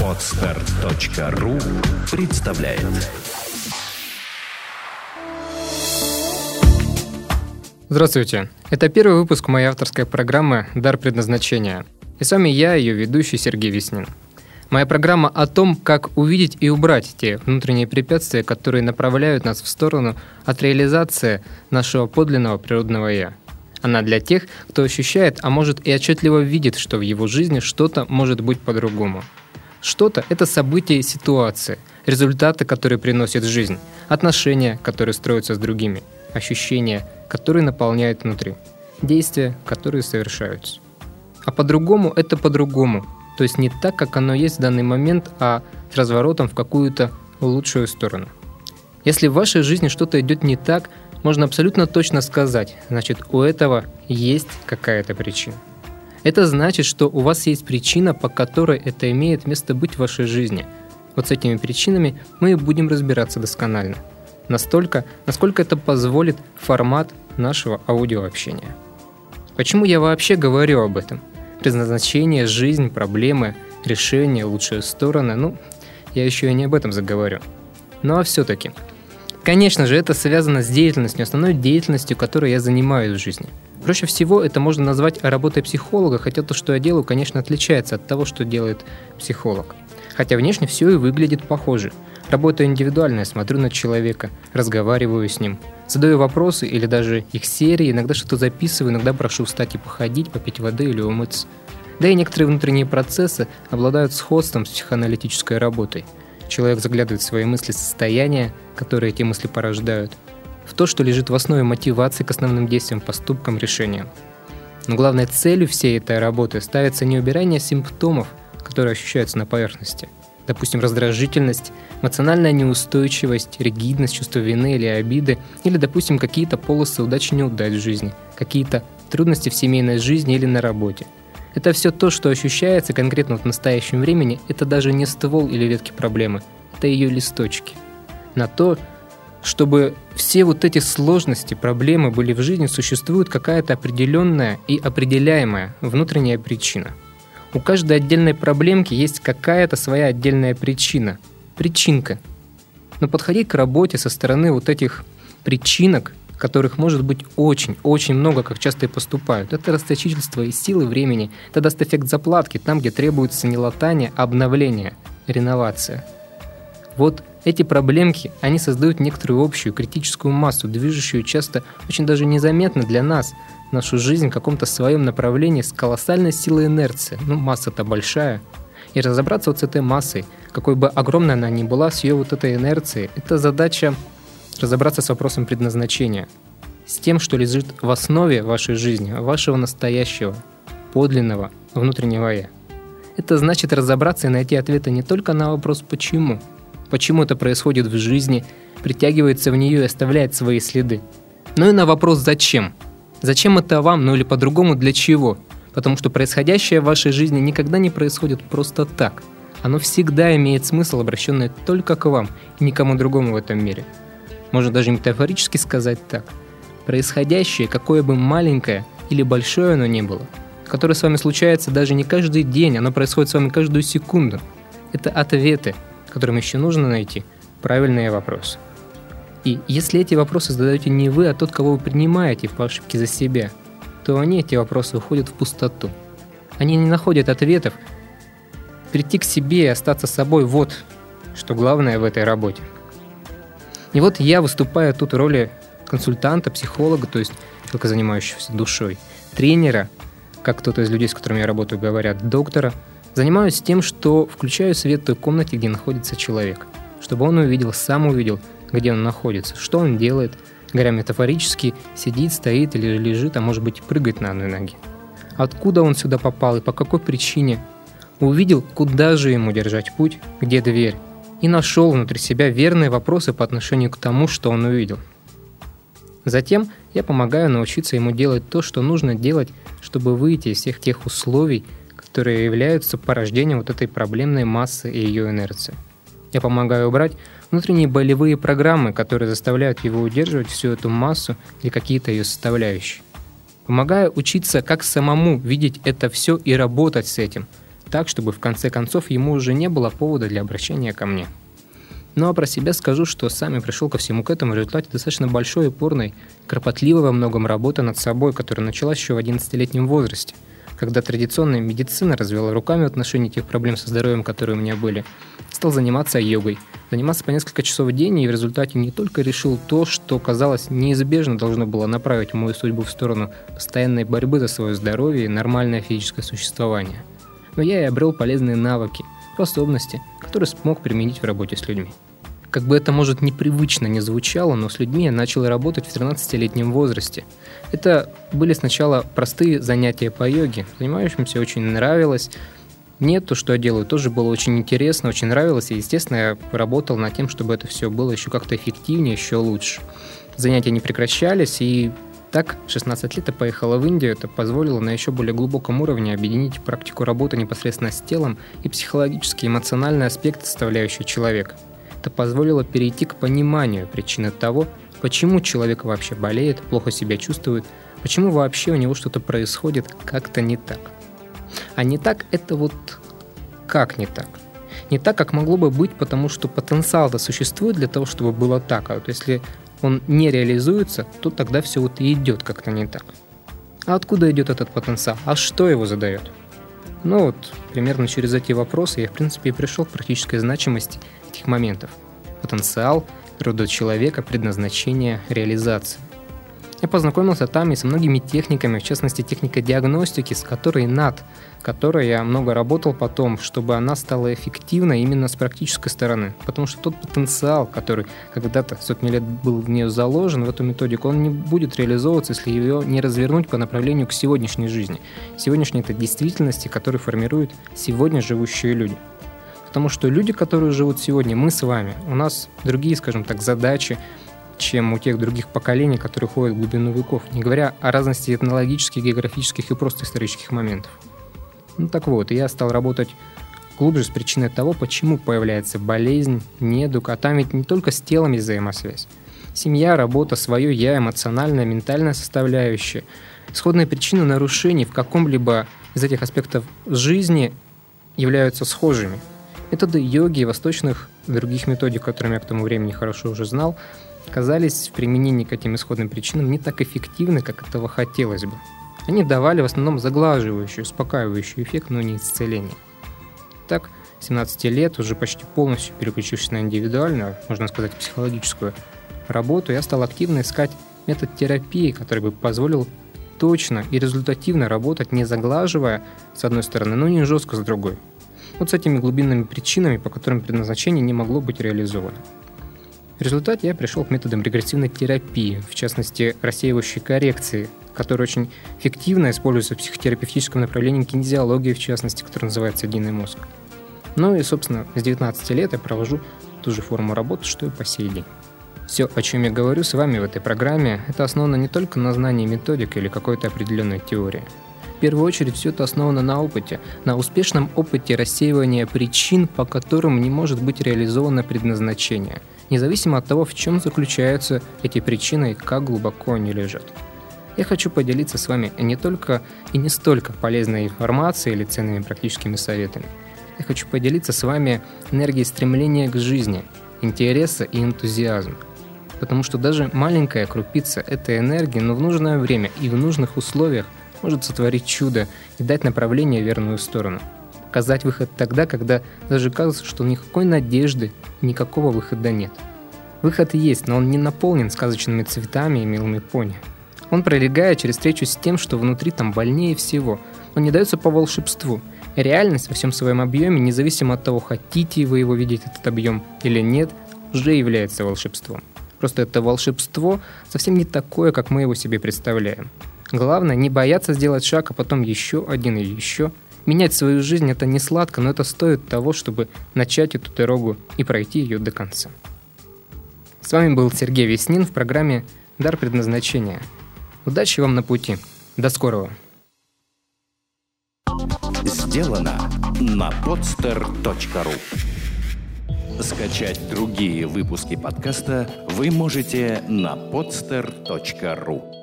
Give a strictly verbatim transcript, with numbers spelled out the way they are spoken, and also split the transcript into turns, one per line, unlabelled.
Подстер точка ру представляет.
Здравствуйте! Это первый выпуск моей авторской программы «Дар предназначения». И с вами я, ее ведущий Сергей Веснин. Моя программа о том, как увидеть и убрать те внутренние препятствия, которые направляют нас в сторону от реализации нашего подлинного природного «Я». Она для тех, кто ощущает, а может и отчетливо видит, что в его жизни что-то может быть по-другому. Что-то — это события и ситуации, результаты, которые приносят жизнь, отношения, которые строятся с другими, ощущения, которые наполняют внутри, действия, которые совершаются. А по-другому — это по-другому, то есть не так, как оно есть в данный момент, а с разворотом в какую-то лучшую сторону. Если в вашей жизни что-то идет не так, можно абсолютно точно сказать, значит, у этого есть какая-то причина. Это значит, что у вас есть причина, по которой это имеет место быть в вашей жизни. Вот с этими причинами мы и будем разбираться досконально. Настолько, насколько это позволит формат нашего аудиообщения. Почему я вообще говорю об этом? Предназначение, жизнь, проблемы, решения, лучшие стороны. Ну, я еще и не об этом заговорю. Ну а все-таки. Конечно же, это связано с деятельностью, основной деятельностью, которой я занимаюсь в жизни. Проще всего это можно назвать работой психолога, хотя то, что я делаю, конечно, отличается от того, что делает психолог. Хотя внешне все и выглядит похоже. Работаю индивидуально, я смотрю на человека, разговариваю с ним, задаю вопросы или даже их серии, иногда что-то записываю, иногда прошу встать и походить, попить воды или умыться. Да и некоторые внутренние процессы обладают сходством с психоаналитической работой. Человек заглядывает в свои мысли, состояния, которые эти мысли порождают, в то, что лежит в основе мотивации к основным действиям, поступкам, решениям. Но главной целью всей этой работы ставится не убирание симптомов, которые ощущаются на поверхности. Допустим, раздражительность, эмоциональная неустойчивость, ригидность, чувство вины или обиды, или, допустим, какие-то полосы удач и неудач в жизни, какие-то трудности в семейной жизни или на работе. Это все то, что ощущается конкретно в настоящем времени, это даже не ствол или ветки проблемы, это ее листочки. На то, чтобы все вот эти сложности, проблемы были в жизни, существует какая-то определенная и определяемая внутренняя причина. У каждой отдельной проблемки есть какая-то своя отдельная причина, причинка. Но подходить к работе со стороны вот этих причинок, которых может быть очень-очень много, как часто и поступают. Это расточительство и силы времени. Это даст эффект заплатки там, где требуется не латание, а обновление, реновация. Вот эти проблемки, они создают некоторую общую критическую массу, движущую часто очень даже незаметно для нас нашу жизнь в каком-то своем направлении с колоссальной силой инерции. Ну, масса-то большая. И разобраться вот с этой массой, какой бы огромной она ни была, с ее вот этой инерцией, это задача разобраться с вопросом предназначения, с тем, что лежит в основе вашей жизни, вашего настоящего, подлинного, внутреннего «я». Это значит разобраться и найти ответы не только на вопрос «почему?», почему это происходит в жизни, притягивается в нее и оставляет свои следы, но и на вопрос «зачем?». Зачем это вам, ну или по-другому для чего? Потому что происходящее в вашей жизни никогда не происходит просто так. Оно всегда имеет смысл, обращенный только к вам и никому другому в этом мире. Можно даже метафорически сказать так. Происходящее, какое бы маленькое или большое оно ни было, которое с вами случается даже не каждый день, оно происходит с вами каждую секунду. Это ответы, которым еще нужно найти правильные вопросы. И если эти вопросы задаете не вы, а тот, кого вы принимаете по ошибке за себя, то они, эти вопросы, уходят в пустоту. Они не находят ответов. Прийти к себе и остаться собой – вот что главное в этой работе. И вот я выступаю тут в роли консультанта, психолога, то есть человека, занимающегося душой, тренера, как кто-то из людей, с которыми я работаю, говорят, доктора. Занимаюсь тем, что включаю свет в той комнате, где находится человек, чтобы он увидел, сам увидел, где он находится, что он делает, говоря метафорически, сидит, стоит или лежит, а может быть прыгает на одной ноге. Откуда он сюда попал и по какой причине? Увидел, куда же ему держать путь, где дверь, и нашел внутри себя верные вопросы по отношению к тому, что он увидел. Затем я помогаю научиться ему делать то, что нужно делать, чтобы выйти из всех тех условий, которые являются порождением вот этой проблемной массы и ее инерции. Я помогаю убрать внутренние болевые программы, которые заставляют его удерживать всю эту массу или какие-то ее составляющие. Помогаю учиться, как самому видеть это все и работать с этим, так, чтобы в конце концов ему уже не было повода для обращения ко мне. Ну а про себя скажу, что сам я пришел ко всему к этому в результате достаточно большой, упорной, кропотливой во многом работы над собой, которая началась еще в одиннадцатилетнем возрасте, когда традиционная медицина развела руками в отношении тех проблем со здоровьем, которые у меня были. Стал заниматься йогой, заниматься по несколько часов в день, и в результате не только решил то, что, казалось, неизбежно должно было направить мою судьбу в сторону постоянной борьбы за свое здоровье и нормальное физическое существование, но я и обрел полезные навыки, способности, которые смог применить в работе с людьми. Как бы это, может, непривычно не звучало, но с людьми я начал работать в тринадцатилетнем возрасте. Это были сначала простые занятия по йоге, занимающимся очень нравилось. Мне то, что я делаю, тоже было очень интересно, очень нравилось, и, естественно, я работал над тем, чтобы это все было еще как-то эффективнее, еще лучше. Занятия не прекращались, и так, в шестнадцать лет я поехала в Индию. Это позволило на еще более глубоком уровне объединить практику работы непосредственно с телом и психологический, эмоциональный аспект, составляющий человека. Это позволило перейти к пониманию причины того, почему человек вообще болеет, плохо себя чувствует, почему вообще у него что-то происходит как-то не так. А не так — это вот как не так? Не так, как могло бы быть, потому что потенциал-то существует для того, чтобы было так, а вот если он не реализуется, то тогда все вот и идет как-то не так. А откуда идет этот потенциал? А что его задает? Ну вот, примерно через эти вопросы я, в принципе, и пришел к практической значимости этих моментов. Потенциал, природа человека, предназначение, реализация. Я познакомился там и со многими техниками, в частности, техника диагностики, с которой над, которой я много работал потом, чтобы она стала эффективной именно с практической стороны. Потому что тот потенциал, который когда-то сотни лет был в нее заложен, в эту методику, он не будет реализовываться, если ее не развернуть по направлению к сегодняшней жизни. Сегодняшней это действительности, которую формируют сегодня живущие люди. Потому что люди, которые живут сегодня, мы с вами, у нас другие, скажем так, задачи, чем у тех других поколений, которые ходят в глубину веков, не говоря о разности этнологических, географических и просто исторических моментов. Ну так вот, я стал работать глубже с причиной того, почему появляется болезнь, недуг, а там ведь не только с телом есть взаимосвязь. Семья, работа, свое я, эмоциональная, ментальная составляющая. Исходные причины нарушений в каком-либо из этих аспектов жизни являются схожими. Методы йоги и восточных других методик, которыми я к тому времени хорошо уже знал, оказались в применении к этим исходным причинам не так эффективны, как этого хотелось бы. Они давали в основном заглаживающий, успокаивающий эффект, но не исцеление. Так, с семнадцати лет, уже почти полностью переключившись на индивидуальную, можно сказать, психологическую работу, я стал активно искать метод терапии, который бы позволил точно и результативно работать, не заглаживая с одной стороны, но не жестко с другой. Вот с этими глубинными причинами, по которым предназначение не могло быть реализовано. В результате я пришел к методам регрессивной терапии, в частности, рассеивающей коррекции, которые очень эффективно используются в психотерапевтическом направлении кинезиологии, в частности, которая называется «единый мозг». Ну и, собственно, с девятнадцати лет я провожу ту же форму работы, что и по сей день. Все, о чем я говорю с вами в этой программе, это основано не только на знании методик или какой-то определенной теории. В первую очередь, все это основано на опыте, на успешном опыте рассеивания причин, по которым не может быть реализовано предназначение, независимо от того, в чем заключаются эти причины и как глубоко они лежат. Я хочу поделиться с вами не только и не столько полезной информацией или ценными практическими советами. Я хочу поделиться с вами энергией стремления к жизни, интереса и энтузиазма. Потому что даже маленькая крупица этой энергии, но в нужное время и в нужных условиях может сотворить чудо и дать направление в верную сторону. Показать выход тогда, когда даже кажется, что никакой надежды, никакого выхода нет. Выход есть, но он не наполнен сказочными цветами и милыми пони. Он пролегает через встречу с тем, что внутри там больнее всего. Он не дается по волшебству. Реальность во всем своем объеме, независимо от того, хотите вы его видеть, этот объем, или нет, уже является волшебством. Просто это волшебство совсем не такое, как мы его себе представляем. Главное, не бояться сделать шаг, а потом еще один и еще. Менять свою жизнь – это не сладко, но это стоит того, чтобы начать эту дорогу и пройти ее до конца. С вами был Сергей Веснин в программе «Дар предназначения». Удачи вам на пути. До скорого.
Сделано на подстер точка ру. Скачать другие выпуски подкаста вы можете на подстер точка ру.